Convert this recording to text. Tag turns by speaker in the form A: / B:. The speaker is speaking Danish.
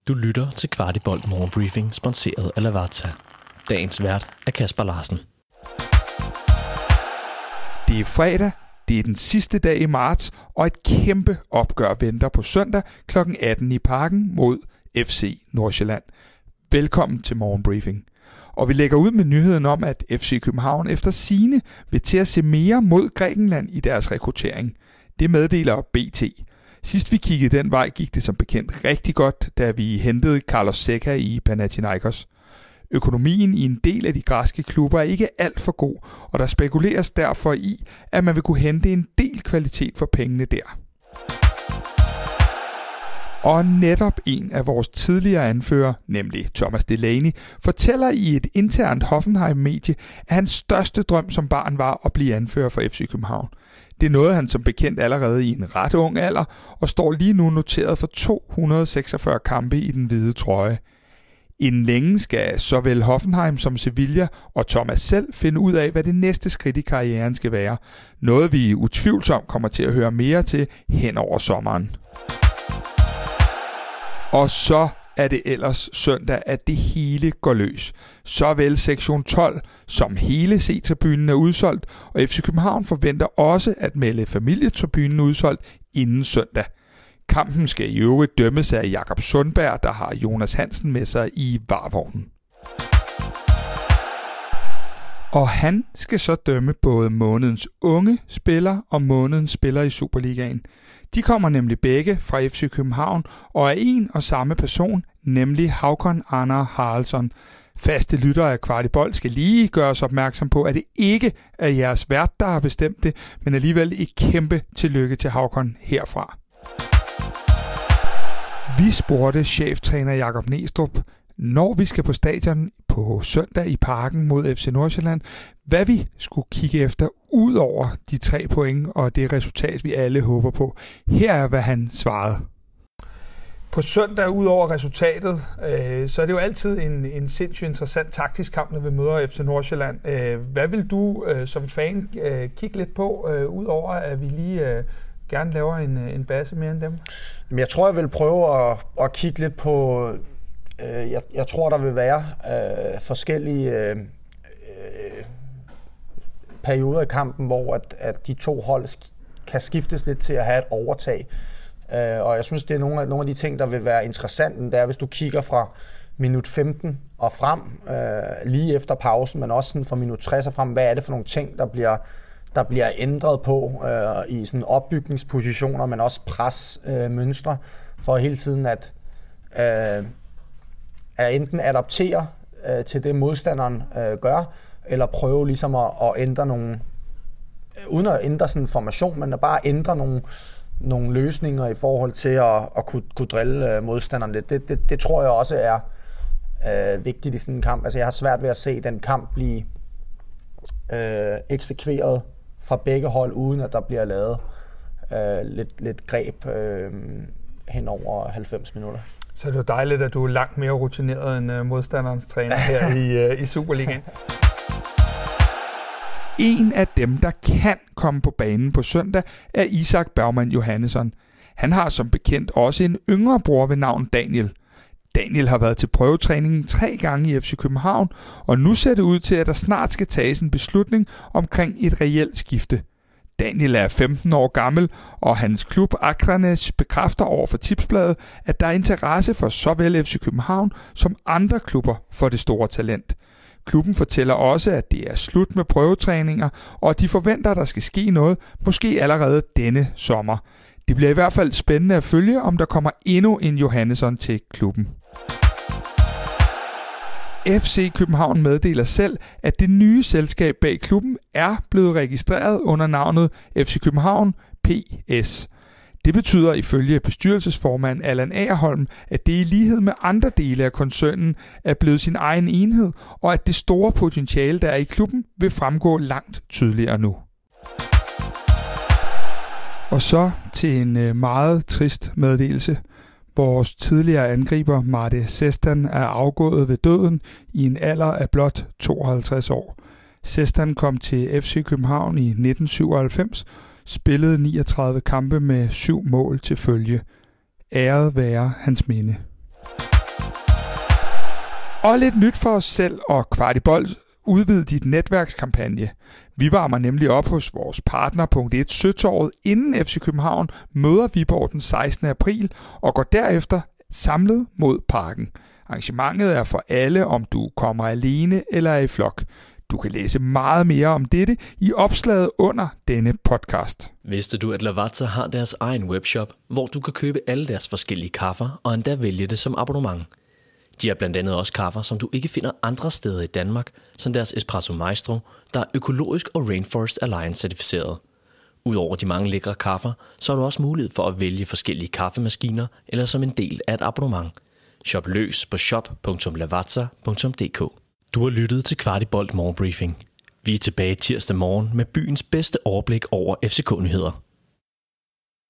A: Du lytter til Kvartibolt Morgenbriefing, sponsoreret af Lavazza. Dagens vært er Kasper Larsen.
B: Det er fredag, det er den sidste dag i marts, og et kæmpe opgør venter på søndag kl. 18 i Parken mod FC Nordsjælland. Velkommen til Morgenbriefing. Og vi lægger ud med nyheden om, at FC København efter sigende vil til at se mere mod Grækenland i deres rekruttering. Det meddeler BT. Sidst vi kiggede den vej, gik det som bekendt rigtig godt, da vi hentede Carlos Seca i Panathinaikos. Økonomien i en del af de græske klubber er ikke alt for god, og der spekuleres derfor i, at man vil kunne hente en del kvalitet for pengene der. Og netop en af vores tidligere anfører, nemlig Thomas Delaney, fortæller i et internt Hoffenheim-medie, at hans største drøm som barn var at blive anfører for FC København. Det nåede han som bekendt allerede i en ret ung alder, og står lige nu noteret for 246 kampe i den hvide trøje. Inden længe skal såvel Hoffenheim som Sevilla og Thomas selv finde ud af, hvad det næste skridt i karrieren skal være. Noget vi utvivlsomt kommer til at høre mere til hen over sommeren. Og så er det ellers søndag, at det hele går løs. Såvel sektion 12 som hele C-tribunen er udsolgt, og FC København forventer også at melde familietribunen udsolgt inden søndag. Kampen skal i øvrigt dømmes af Jakob Sundberg, der har Jonas Hansen med sig i varevognen. Og han skal så dømme både månedens unge spiller og månedens spiller i Superligaen. De kommer nemlig begge fra FC København og er en og samme person, nemlig Hákon Arnar Haraldsson. Faste lyttere af Kvartibolt skal lige gøre os opmærksom på, at det ikke er jeres vært, der har bestemt det, men alligevel et kæmpe tillykke til Hákon herfra. Vi spurgte cheftræner Jakob Næstrup, når vi skal på stadion på søndag i Parken mod FC Nordsjælland, hvad vi skulle kigge efter ud over de 3 point og det resultat, vi alle håber på. Her er, hvad han svarede. På søndag, ud over resultatet, så er det jo altid en sindssygt interessant taktisk kamp, når vi møder FC Nordsjælland. Hvad vil du som fan kigge lidt på, ud over at vi lige gerne laver en base mere end dem?
C: Jeg tror, jeg vil prøve at kigge lidt på... Jeg tror, der vil være forskellige perioder i kampen, hvor at de to hold kan skiftes lidt til at have et overtag. Og jeg synes, det er nogle af de ting, der vil være interessante. Det er, hvis du kigger fra minut 15 og frem, lige efter pausen, men også sådan fra minut 60 og frem. Hvad er det for nogle ting, der bliver ændret på i sådan opbygningspositioner, men også presmønstre, for hele tiden at enten adaptere til det, modstanderen gør, eller prøve ligesom at ændre nogle, uden at ændre sådan en formation, men at bare ændre nogle løsninger i forhold til at kunne drille modstanderen lidt. Det tror jeg også er vigtigt i sådan en kamp. Altså jeg har svært ved at se den kamp blive eksekveret fra begge hold, uden at der bliver lavet lidt greb hen over 90 minutter.
B: Så det er jo dejligt, at du er langt mere rutineret end modstanderens træner her i Superligaen. En af dem, der kan komme på banen på søndag, er Isak Bergman Johannesson. Han har som bekendt også en yngre bror ved navn Daniel. Daniel har været til prøvetræningen 3 gange i FC København, og nu ser det ud til, at der snart skal tages en beslutning omkring et reelt skifte. Daniel er 15 år gammel, og hans klub Akranes bekræfter over for Tipsbladet, at der er interesse for såvel FC København som andre klubber for det store talent. Klubben fortæller også, at det er slut med prøvetræninger, og de forventer, at der skal ske noget, måske allerede denne sommer. Det bliver i hvert fald spændende at følge, om der kommer endnu en Johannesson til klubben. FC København meddeler selv, at det nye selskab bag klubben er blevet registreret under navnet FC København PS. Det betyder ifølge bestyrelsesformand Allan Agerholm, at det i lighed med andre dele af koncernen er blevet sin egen enhed, og at det store potentiale, der er i klubben, vil fremgå langt tydeligere nu. Og så til en meget trist meddelelse. Vores tidligere angriber Mate Sestan er afgået ved døden i en alder af blot 52 år. Sestan kom til FC København i 1997, spillede 39 kampe med 7 mål til følge. Æret være hans minde. Og lidt nyt for os selv og Kvartibold udvide dit netværkskampagne. Vi varmer nemlig op hos vores partner .1 Søtorvet, inden FC København møder Viborg den 16. april og går derefter samlet mod parken. Arrangementet er for alle, om du kommer alene eller er i flok. Du kan læse meget mere om dette i opslaget under denne podcast.
A: Vidste du, at Lavazza har deres egen webshop, hvor du kan købe alle deres forskellige kaffer og endda vælge det som abonnement? De har blandt andet også kaffer, som du ikke finder andre steder i Danmark, som deres Espresso Maestro, der er økologisk og Rainforest Alliance certificeret. Udover de mange lækre kaffer, så har du også mulighed for at vælge forskellige kaffemaskiner eller som en del af et abonnement. Shop løs på shop.lavazza.dk. Du har lyttet til Kvartibolt Morgenbriefing. Vi er tilbage tirsdag morgen med byens bedste overblik over FCK-nyheder.